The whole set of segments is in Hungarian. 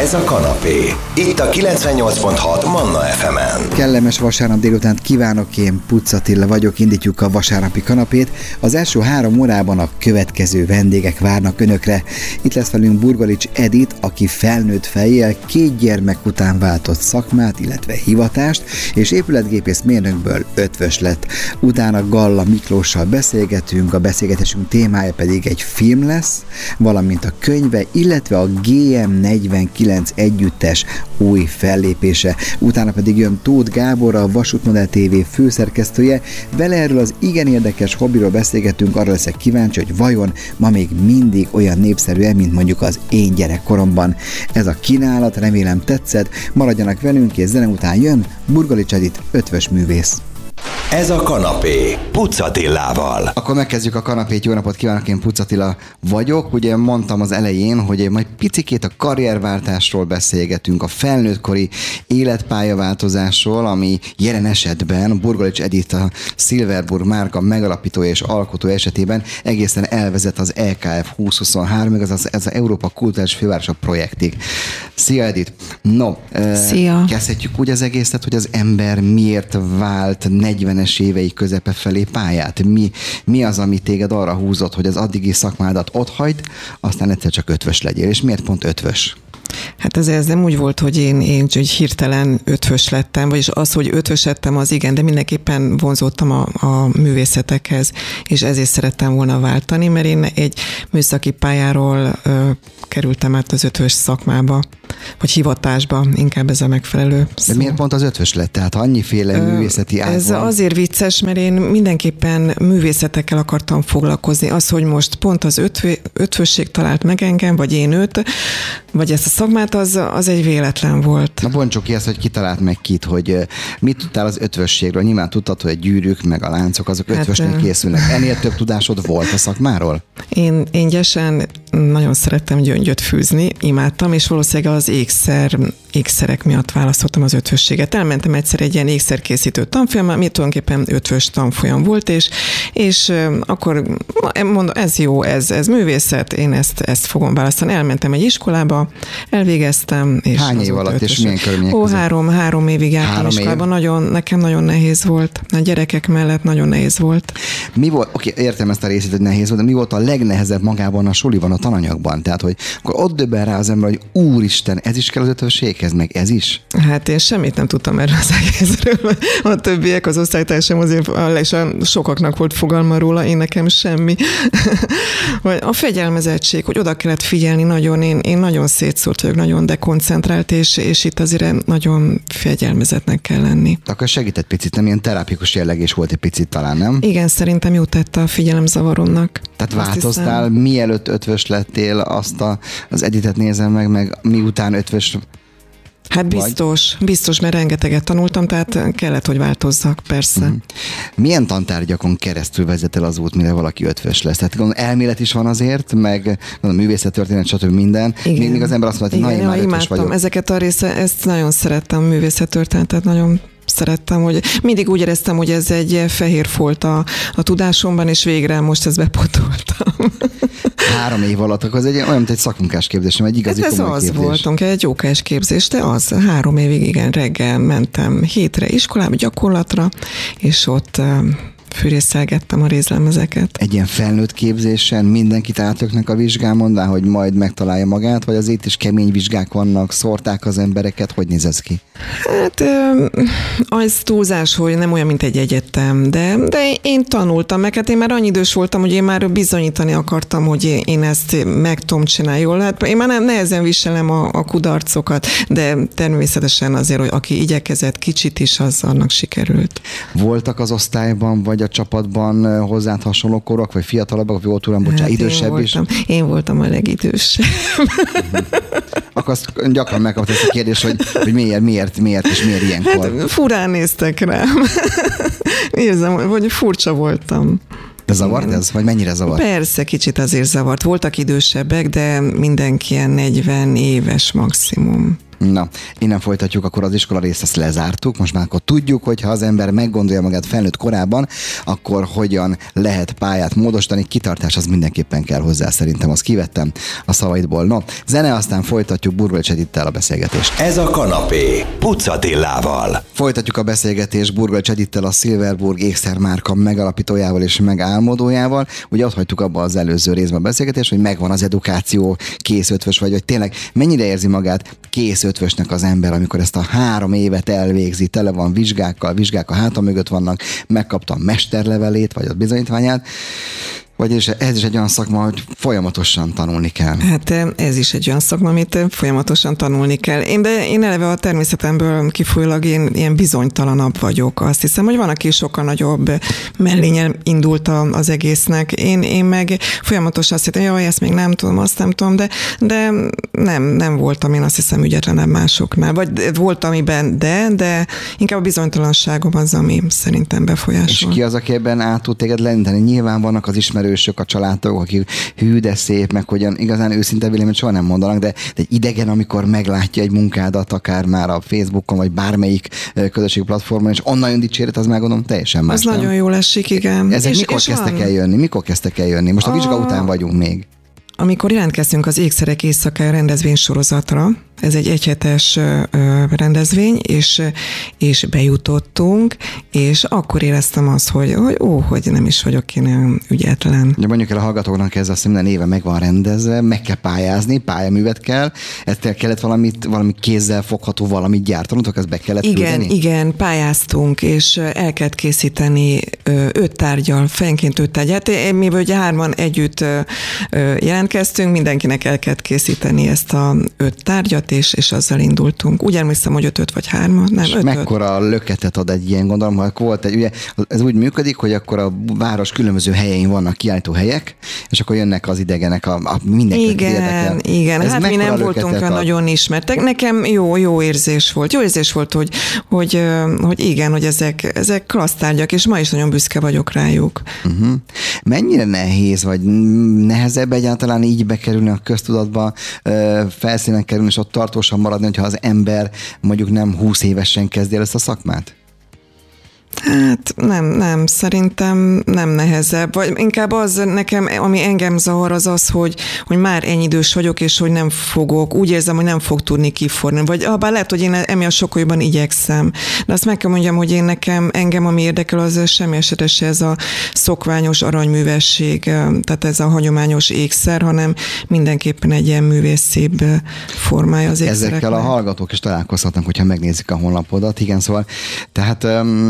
Ez a kanapé. Itt a 98.6 Manna FM-en. Kellemes vasárnap délutánt kívánok, én Pucz Attila vagyok, indítjuk a vasárnapi kanapét. Az első 3 órában a következő vendégek várnak önökre. Itt lesz velünk Burgalics Edit, aki felnőtt fejjel 2 gyermek után váltott szakmát, illetve hivatást, és épületgépész mérnökből ötvös lett. Utána Galla Miklóssal beszélgetünk, a beszélgetésünk témája pedig egy film lesz, valamint a könyve, illetve a GM49 együttes új fellépése. Utána pedig jön Tóth Gábor, a Vasútmodell TV főszerkesztője. Vele erről az igen érdekes hobbiról beszélgetünk, arra leszek kíváncsi, hogy vajon ma még mindig olyan népszerű-e, mint mondjuk az én gyerekkoromban. Ez a kínálat, remélem tetszett, maradjanak velünk, és zene után jön Burgalics Edit, ötvös művész. Ez a kanapé Pucz Attilával. Akkor megkezdjük a kanapét, jó napot kívánok, én Pucz Attila vagyok. Ugye mondtam az elején, hogy majd picikét a karrierváltásról beszélgetünk, a felnőttkori életpályaváltozásról, ami jelen esetben Burgalics Edit, a Silverburg márka megalapítója és alkotó esetében egészen elvezet az EKF 2023-ig, az Európa Kulturális Fővárosa projektig. Szia Edit! No, szia! Kezdhetjük úgy az egészet, hogy az ember miért vált 40-es évei közepe felé pályát? Mi az, ami téged arra húzott, hogy az addigi szakmádat otthagyd, aztán egyszer csak ötvös legyél? És miért pont ötvös? Hát ez nem úgy volt, hogy én hirtelen ötvös lettem, vagyis az, hogy ötvös lettem, az igen, de mindenképpen vonzódtam a művészetekhez, és ezért szerettem volna váltani, mert én egy műszaki pályáról kerültem át az ötvös szakmába, vagy hivatásba, inkább ez a megfelelő szó. De miért pont az ötvös lett? Tehát annyiféle művészeti ág Ez van? Azért vicces, mert én mindenképpen művészetekkel akartam foglalkozni. Az, hogy most pont az ötvösség talált meg engem, vagy én őt, vagy ezt a szakmát, az egy véletlen volt. Na bontsuk ki ezt, hogy ki talált meg kit, hogy mit tudtál az ötvösségről? Nyilván tudtad, hogy a gyűrűk meg a láncok azok ötvösnek készülnek. Ennél több tudásod volt a szakmáról? Én gyesen nagyon szerettem gyöngyöt fűzni, imádtam, és valószínűleg az ékszerek miatt választottam az ötvösséget. Elmentem egyszer egy ilyen ékszerkészítő tanfolyamra, ami tulajdonképpen ötvös tanfolyam volt, és akkor mondom, ez jó, ez művészet, én ezt fogom választani. Elmentem egy iskolába, elvégeztem. És hány év alatt, és milyen körülmények között? 3 évig jártam iskolában, nekem nagyon nehéz volt. A gyerekek mellett nagyon nehéz volt. Mi volt, oké, értem ezt a részét, hogy nehéz volt, de mi volt a legnehezebb magában a suliban, a tananyagban? Tehát, hogy akkor ott döbben rá az ember, hogy úristen, ez is kell az ötvösséghez, meg ez is? Hát én semmit nem tudtam erről az egészről. A többiek, az osztálytársam azért sokaknak volt fogalma róla, én nekem semmi. A fegyelmezettség, hogy oda kellett figyelni nagyon, én nagyon szétszórt vagyok, nagyon dekoncentrált, és itt azért nagyon fegyelmezetnek kell lenni. Akkor segített picit, nem ilyen terápikus jelleg is volt egy picit talán, nem? Igen, szerintem jó tette a figyelemzavaromnak. Tehát változtál, mielőtt ötvös lettél, azt az Editet nézem meg miután ötvös. Hát biztos, mert rengeteget tanultam, tehát kellett, hogy változzak, persze. Uh-huh. Milyen tantárgyakon keresztül vezet el az út, mire valaki ötvös lesz? Tehát elmélet is van azért, meg művészettörténet, stb. Minden. Még az ember azt mondja, hogy na, én már ötvös vagyok. Ezeket ezt nagyon szerettem, művészettörténetet nagyon szerettem, hogy mindig úgy éreztem, hogy ez egy fehér folt a tudásomban, és végre most ezt bepotoltam. 3 év alatt, akkor ez olyan, mint egy szakmunkás képzés, nem egy igazi komoly képzés. Ez az voltunk, egy jókás képzés, de az 3 évig, igen, reggel mentem hétre iskolába, gyakorlatra, és ott fűrészelgettem a rézlemezeket. Egy ilyen felnőtt képzésen mindenkit átöknek a vizsgán, mondván, hogy majd megtalálja magát, vagy az itt is kemény vizsgák vannak, szórták az embereket, hogy néz ez ki? Hát az túlzás, hogy nem olyan, mint egy egyetem, de én tanultam meg, hát én már annyi idős voltam, hogy én már bizonyítani akartam, hogy én ezt meg tudom csinálni jól. Hát én már nehezen viselem a kudarcokat, de természetesen azért, hogy aki igyekezett kicsit is, az annak sikerült. Voltak az osztályban, vagy a csapatban hozzád hasonló korok, vagy fiatalabbak, vagy idősebb is? Én voltam a legidősebb. Akkor azt gyakran megkapta ezt a kérdést, hogy miért és miért ilyenkor? Hát furán néztek rám. Érzem, hogy furcsa voltam. De zavart ez? Vagy mennyire zavart? Persze, kicsit azért zavart. Voltak idősebbek, de mindenki ilyen 40 éves maximum. Na, innen folytatjuk, akkor az iskola részt ezt lezártuk. Most már akkor tudjuk, hogy ha az ember meggondolja magát felnőtt korában, akkor hogyan lehet pályát módosítani. Kitartás az mindenképpen kell hozzá, szerintem azt kivettem a szavaidból. No, zene, aztán folytatjuk Burgolics Edittel a beszélgetést. Ez a kanapé Pucz Attilával. Folytatjuk a beszélgetést Burgolics Edittel, a Silverburg ékszermárka megalapítójával és megálmodójával. Ugye ott hagytuk abba az előző részben a beszélgetést, hogy megvan az edukáció, kész ötvös vagy tényleg mennyire érzi magát kész ötvösnek az ember, amikor ezt a 3 évet elvégzi, tele van vizsgák a háta mögött vannak, megkapta a mesterlevelét, vagy a bizonyítványát, vagyis ez is egy olyan szakma, hogy folyamatosan tanulni kell. Hát ez is egy olyan szakma, amit folyamatosan tanulni kell. Én eleve a természetemből kifolyólag én ilyen bizonytalanabb vagyok. Azt hiszem, hogy van, aki sokkal nagyobb mellényen indult az egésznek. Én meg folyamatosan azt hittem, jaj, ezt még nem tudom, azt nem tudom, de nem voltam, én azt hiszem, ügyetlenebb másoknál. Vagy volt, amiben de inkább a bizonytalanságom az, ami szerintem befolyásol. És ki az, aki ebben át tud téged lendíteni? Nyilván vannak az ismerősök, a családtagok, akik hű, de szép, meg hogyan igazán őszinte véleményt soha nem mondanak, de egy idegen, amikor meglátja egy munkádat, akár már a Facebookon, vagy bármelyik közösségi platformon, és onnan jön dicséret, az már gondolom teljesen más. Az nagyon jól esik, igen. Ezek mikor kezdtek el jönni? Most a vizsga után vagyunk még. Amikor jelentkeztünk az Ékszerek éjszakája rendezvény sorozatra, ez egy egyhetes rendezvény, és bejutottunk, és akkor éreztem azt, hogy nem is vagyok én ügyetlen. Ugye mondjuk el a hallgatóknak, ez azt minden éve meg van rendezve, meg kell pályázni, pályaművet kell, ezt kellett valami kézzel fogható valamit gyártanotok, ezt be kellett küldeni? Igen, pályáztunk, és el kellett készíteni 5 tárgyal, fejenként 5 tárgyat. Mi ugye 3-an együtt jelentkeztünk, mindenkinek el kellett készíteni ezt a 5 tárgyat, és azzal indultunk. Úgy emlékszem, hogy 5 vagy 3, nem 5. Mekkora löketet ad egy ilyen, gondolom, hogy volt egy, ugye, ez úgy működik, hogy akkor a város különböző helyein vannak kiállító helyek, és akkor jönnek az idegenek, mindenki érdekel. Igen, hát mi nem voltunk olyan nagyon ismertek. Nekem jó érzés volt. Jó érzés volt, hogy igen, hogy ezek klassz tárgyak, és ma is nagyon büszke vagyok rájuk. Uh-huh. Mennyire nehéz, vagy nehezebb egyáltalán így bekerülni a köztudatba, felszínen kerülni, és ott tartósan maradni, hogyha az ember mondjuk nem 20 évesen kezdi el ezt a szakmát? Hát nem, szerintem nem nehezebb. Vagy inkább az nekem, ami engem zavar, az, hogy már ennyi idős vagyok, és hogy nem fogok, úgy érzem, hogy nem fog tudni kiforni. Vagy bár lehet, hogy én emiatt sokkal jobban igyekszem. De azt meg kell mondjam, hogy engem ami érdekel, az semmi esetre se ez a szokványos aranyművesség, tehát ez a hagyományos ékszer, hanem mindenképpen egy ilyen művészszébb formája az ékszereknek. Ezekkel a hallgatók is találkozhatnak, hogyha megnézik a honlapodat. Igen, szóval, tehát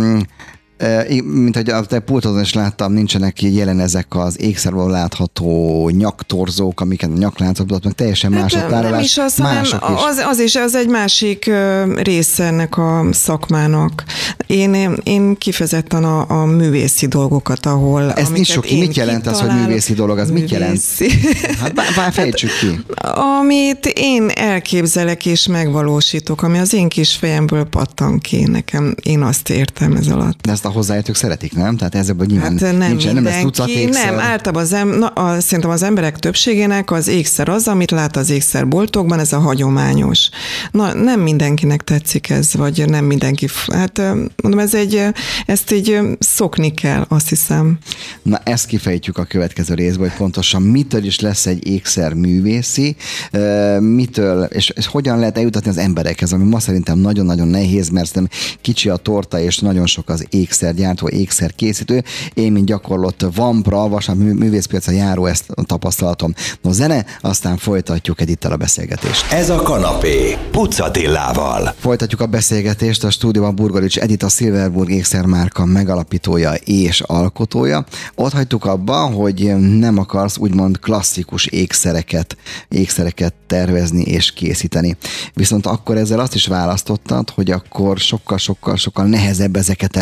mint hogy a te pultodon is láttam, nincsenek jelen ezek az ékszerből látható nyaktorzók, amiket a nyakláncok, meg teljesen más a tárolás. Nem is az, hanem az egy másik része ennek a szakmának. Én kifejezetten a művészi dolgokat, ahol... Ez nincs sok, mit jelent az, hogy művészi dolog? Az mit jelent? Hát fejtsük ki. Amit én elképzelek és megvalósítok, ami az én kis fejemből pattan ki nekem, én azt értem ez alatt. De ezt a hozzáértők szeretik, nem? Tehát ezzel nyilván nem lesz tucat ékszer. Nem, általában szerintem az emberek többségének az ékszer az, amit lát az ékszerboltokban, ez a hagyományos. Na, nem mindenkinek tetszik ez, vagy nem mindenki, hát mondom, ezt így szokni kell, azt hiszem. Na, ezt kifejtjük a következő részben, hogy pontosan mitől is lesz egy ékszer művészi, mitől, és hogyan lehet eljutatni az emberekhez, ami ma szerintem nagyon-nagyon nehéz, mert kicsi a torta, és nagyon sok az ékszergyártó, ékszerkészítő. Én, mint gyakorlott vampra, vasárnap művészpiacra járó, ezt tapasztalatom. No, zene, aztán folytatjuk Edittel a beszélgetést. Ez a kanapé Pucz Attilával. Folytatjuk a beszélgetést, a stúdióban Burgolics Edit, a Silverburg ékszermárka megalapítója és alkotója. Ott hagytuk abban, hogy nem akarsz úgymond klasszikus ékszereket tervezni és készíteni. Viszont akkor ezzel azt is választottad, hogy akkor sokkal nehezebb ezeket eladni, nem?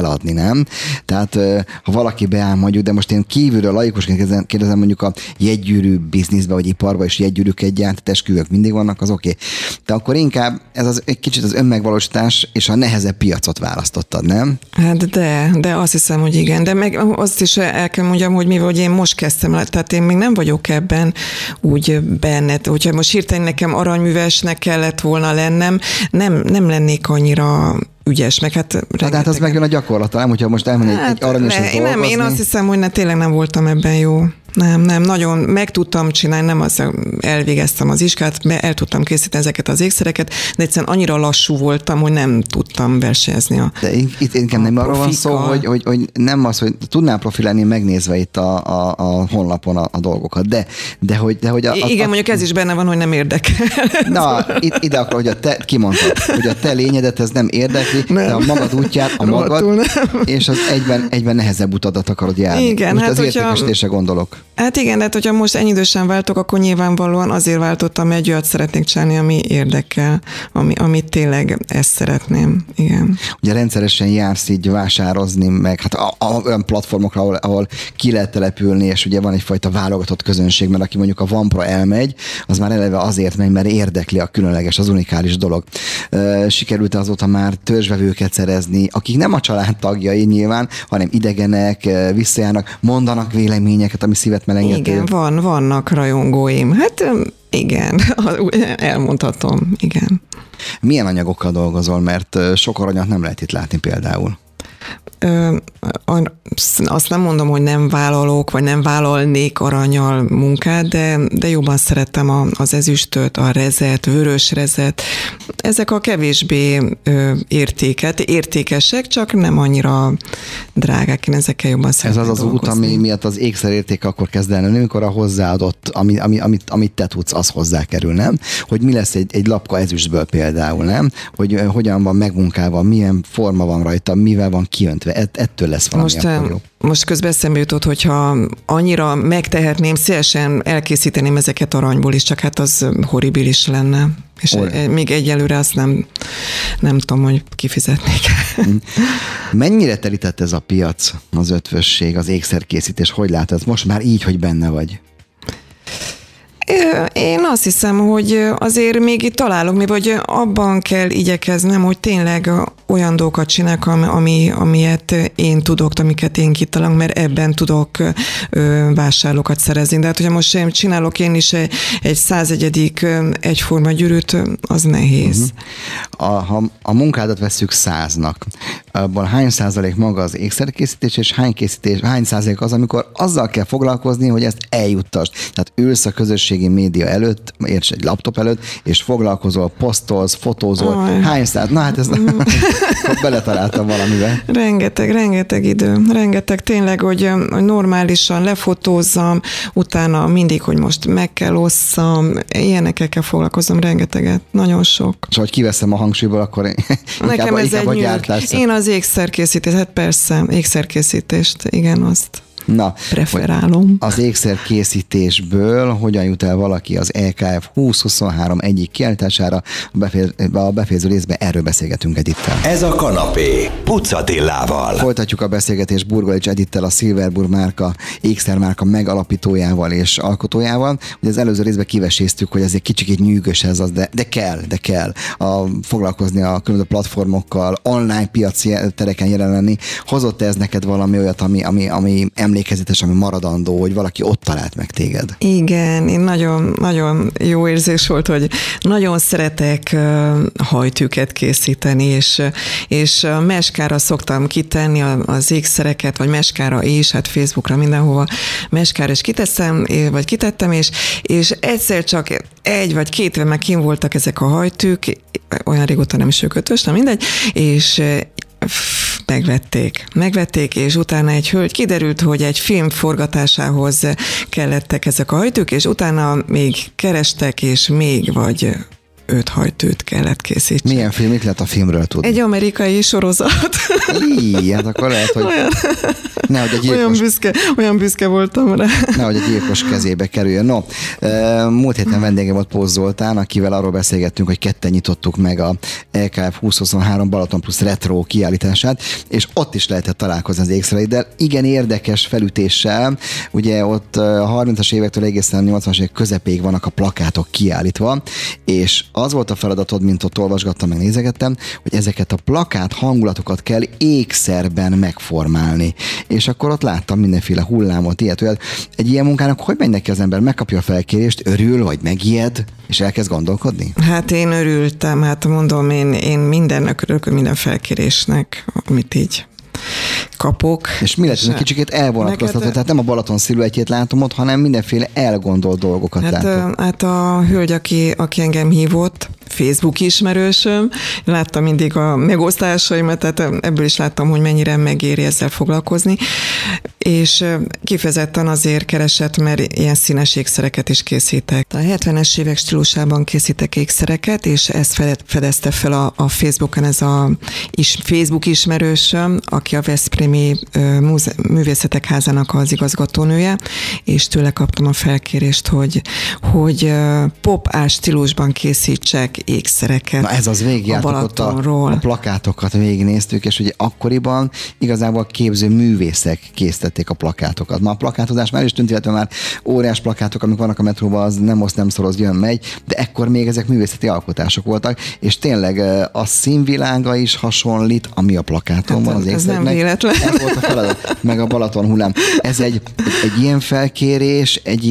nem? Tehát ha valaki beáll mondjuk, de most én kívülről laikusként kérdezem mondjuk a jegygyűrű bizniszbe, vagy iparba, és jegygyűrűket gyárt, esküvők mindig vannak, az oké. De akkor inkább ez egy kicsit az önmegvalósítás és a nehezebb piacot választottad, nem? Hát de azt hiszem, hogy igen. De meg azt is el kell mondjam, hogy mivel hogy én most kezdtem, tehát én még nem vagyok ebben úgy benne. Hogyha most hirtelen nekem aranyművesnek kellett volna lennem, nem lennék annyira ügyes, meg hát... De hát az megjön a gyakorlata, nem? Hogyha most elmenni egy aranyművesen dolgozni. Nem, én azt hiszem, hogy tényleg nem voltam ebben jó. Nem, nagyon meg tudtam csinálni, nem az, elvégeztem az iskát, el tudtam készíteni ezeket az ékszereket, de egyszerűen annyira lassú voltam, hogy nem tudtam versenyezni De itt inkább nem arról van szó, hogy nem az, hogy tudnál profi lenni megnézve itt a honlapon a dolgokat, de hogy... Igen, mondjuk ez is benne van, hogy nem érdekel. Na, ide akkor, hogy kimondtad, hogy a te lényedet ez nem érdekli, de a magad útját, a magad, és az egyben nehezebb utadat akarod járni. Igen, most az értékesítésre gondolok. Hát igen, de hogyha most ennyi idősen váltok, akkor nyilvánvalóan azért váltottam, mert egy olyat szeretnék csinálni, ami érdekel, amit tényleg ezt szeretném. Igen. Ugye rendszeresen jársz így vásározni, meg hát olyan platformokra, ahol ki lehet települni, és ugye van egyfajta válogatott közönség, mert aki mondjuk a Vampra elmegy, az már eleve azért megy, mert érdekli a különleges, az unikális dolog. Sikerült azóta már törzsvevőket szerezni, akik nem a család tagjai nyilván, hanem idegenek, visszajárnak, mondanak véleményeket, ami szívet melengető. Igen, vannak rajongóim. Hát igen, elmondhatom, igen. Milyen anyagokkal dolgozol, mert sok aranyat nem lehet itt látni például? Azt nem mondom, hogy nem vállalok, vagy nem vállalnék aranyal munkát, de jobban szerettem az ezüstöt, a rezet, vörös rezet. Ezek a kevésbé értékesek, csak nem annyira drágák. Én ezekkel jobban szeretem. Ez az út, ami miatt az ékszer értéke akkor kezd el nőni, amikor a hozzáadott, amit te tudsz, az hozzákerül, nem? Hogy mi lesz egy lapka ezüstből például, nem? Hogy hogyan van megmunkálva, milyen forma van rajta, mivel van kiöntve. Ettől lesz valami akkor jó. Most közben eszembe jutott, hogyha annyira megtehetném, szívesen elkészíteném ezeket aranyból is, csak hát az horribilis lenne. És még egyelőre azt nem tudom, hogy kifizetnék. Mennyire telített ez a piac, az ötvösség, az ékszerkészítés? Hogy látod? Most már így, hogy benne vagy? Én azt hiszem, hogy azért még itt találok, vagy abban kell igyekeznem, hogy tényleg olyan dolgokat csinálok, amilyet én tudok, amiket én kitalálok, mert ebben tudok vásárlókat szerezni. De hát, hogyha most csinálok én is egy 101. egyforma gyűrűt, az nehéz. Ha a munkádat vesszük 100-nak, abban hány százalék maga az ékszerkészítés, és hány százalék az, amikor azzal kell foglalkozni, hogy ezt eljuttasd. Tehát ülsz a közösségi média előtt, érts egy laptop előtt, és foglalkozol, posztolsz, fotózol. Hány százalék? Na hát ez beletaláltam valamivel. Rengeteg idő. Rengeteg tényleg, hogy normálisan lefotózzam, utána mindig, hogy most meg kell osszam, ilyenekkel kell foglalkozom rengeteget. Nagyon sok. És hogy kiveszem a hangsúlyból, akkor nekem ez egy nyűg. Én az ékszerkészítést, hát persze, ékszerkészítést, igen, azt preferálom. Az ékszerkészítésből hogyan jut el valaki az EKF 2023 egyik kiállítására? A befejező részben erről beszélgetünk Edittel. Ez a kanapé Puc Attilával. Folytatjuk a beszélgetést Burgolics Edittel, a Silverburg márka, ékszermárka megalapítójával és alkotójával. Ugye az előző részben kiveséztük, hogy ez egy kicsit nyűgös ez az, de kell foglalkozni a különböző platformokkal, online piaci tereken jelen lenni. Hozott ez neked valami olyat, ami emlékezetes, ami maradandó, hogy valaki ott talált meg téged? Igen, én nagyon jó érzés volt, hogy nagyon szeretek hajtűket készíteni, és meskára szoktam kitenni az ékszereket, vagy meskára is, hát Facebookra, mindenhova meskára is kitettem, és egyszer csak 1 vagy 2 éve már kim voltak ezek a hajtűk, olyan régóta nem is ökötös, nem mindegy, és megvették, és utána egy hölgy, kiderült, hogy egy film forgatásához kellettek ezek a hajtűk, és utána még kerestek, és még vagy 5 hajtőt kellett készíteni. Milyen film? Mit lehet a filmről tudni? Egy amerikai sorozat. Hát akkor lehet, hogy olyan büszke voltam rá. Nehogy a gyilkos kezébe kerüljön. No, múlt héten vendégem volt Pósz Zoltán, akivel arról beszélgettünk, hogy ketten nyitottuk meg a LKF 2023 Balaton plusz retro kiállítását, és ott is lehetett találkozni az ékszereiddel. Igen érdekes felütéssel, ugye ott a 30-as évektől egészen a 80-as évek közepéig vannak a plakátok kiállítva, és az volt a feladatod, mint ott olvasgattam, meg nézegettem, hogy ezeket a plakát hangulatokat kell ékszerben megformálni. És akkor ott láttam mindenféle hullámot, ilyet, olyat. Egy ilyen munkának hogy megy neki az ember? Megkapja a felkérést, örül, vagy megijed, és elkezd gondolkodni? Hát én örültem, hát mondom, én mindennek örülök, minden felkérésnek, amit így kapok. És mi lett? Kicsikét elvonatkoztatva, tehát nem a Balaton sziluettjét látom ott, hanem mindenféle elgondolt dolgokat látom. Hát a hölgy, aki engem hívott, Facebook ismerősöm, láttam mindig a megosztásaimat, tehát ebből is láttam, hogy mennyire megéri ezzel foglalkozni, és kifejezetten azért keresett, mert ilyen színes ékszereket is készítek. A 70-es évek stílusában készítek ékszereket, és ezt fedezte fel a Facebookon ez a Facebook ismerősöm, aki a Veszprémi Művészetek Házának az igazgatónője, és tőle kaptam a felkérést, hogy pop art stílusban készítsek ékszereket. Na ez az, végigjártuk ott a plakátokat végignéztük, és ugye akkoriban igazából képző művészek készítették a plakátokat. Ma a plakátozás már is tűnt, illetve már óriás plakátok, amik vannak a metróban, az nem osz, nem szoroz, jön, megy, de ekkor még ezek művészeti alkotások voltak, és tényleg a színvilága is hasonlít, ami a plakáton van az ékszereknek. Ez nem véletlen. Ez volt a feladat, meg a Balaton hullám. Ez egy ilyen felkérés, egy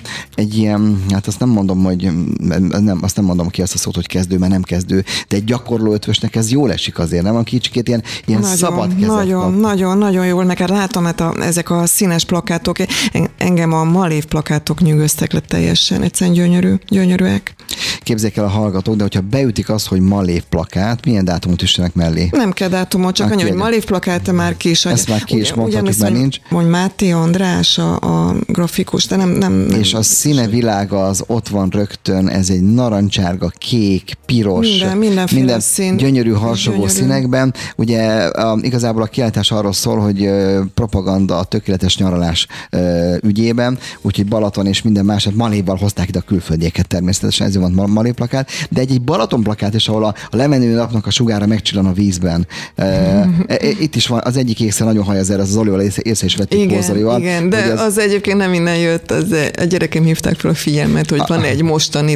ilyen, hát azt nem mondom, hogy azt nem mondom ki azt a szót, hogy kezdő, mert nem kezdő, de egy gyakorló ötvösnek ez jól esik azért, nem? A kicsikét ilyen nagyon, szabad kezek. Nagyon jól, meg látom, hát ezek a színes plakátok, engem a malév plakátok nyűgöztek le teljesen, egyszerűen gyönyörűek. Képzeljék el a hallgatók, de hogyha beütik azt, hogy malév plakát, milyen dátumot üssenek mellé? Nem kell dátumot, csak annyi, hogy malév plakát, már ki is. Ezt már ki is mondhatjuk, mert nincs. Hogy Máté András a grafikus, de nem. És a színe világa az ott van rögtön, ez egy narancsárga, kék, piros, mindenféle szín. Gyönyörű, harsogó színekben. Ugye igazából a kiállítás arról szól, hogy propaganda a tökéletes nyaralás ügyében, úgyhogy Balaton és minden más, Malévval hozták ide a külföldieket természetesen, ez van Malév plakát, de egy Balaton plakát, és ahol a lemenő napnak a sugára megcsillan a vízben. Itt is van, az egyik ékszer nagyon haj az Zolival észre is vettük Pózzolival. Igen, de az egyébként nem innen jött, a gyerekem hívták fel a figyelmet, hogy van egy mostani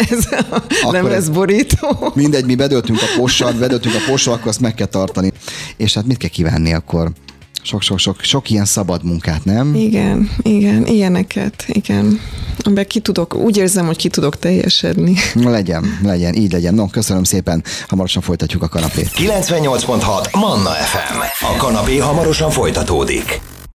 lemezborító. Mindegy, mi bedöltünk a possal, akkor azt meg kell tartani. És hát mit kell kívánni akkor? Sok ilyen szabad munkát, nem? Igen, ilyeneket, igen. Amiben úgy érzem, hogy ki tudok teljesedni. Legyen, így legyen. No, köszönöm szépen, hamarosan folytatjuk a kanapét. 98.6 Manna FM. A kanapé hamarosan folytatódik.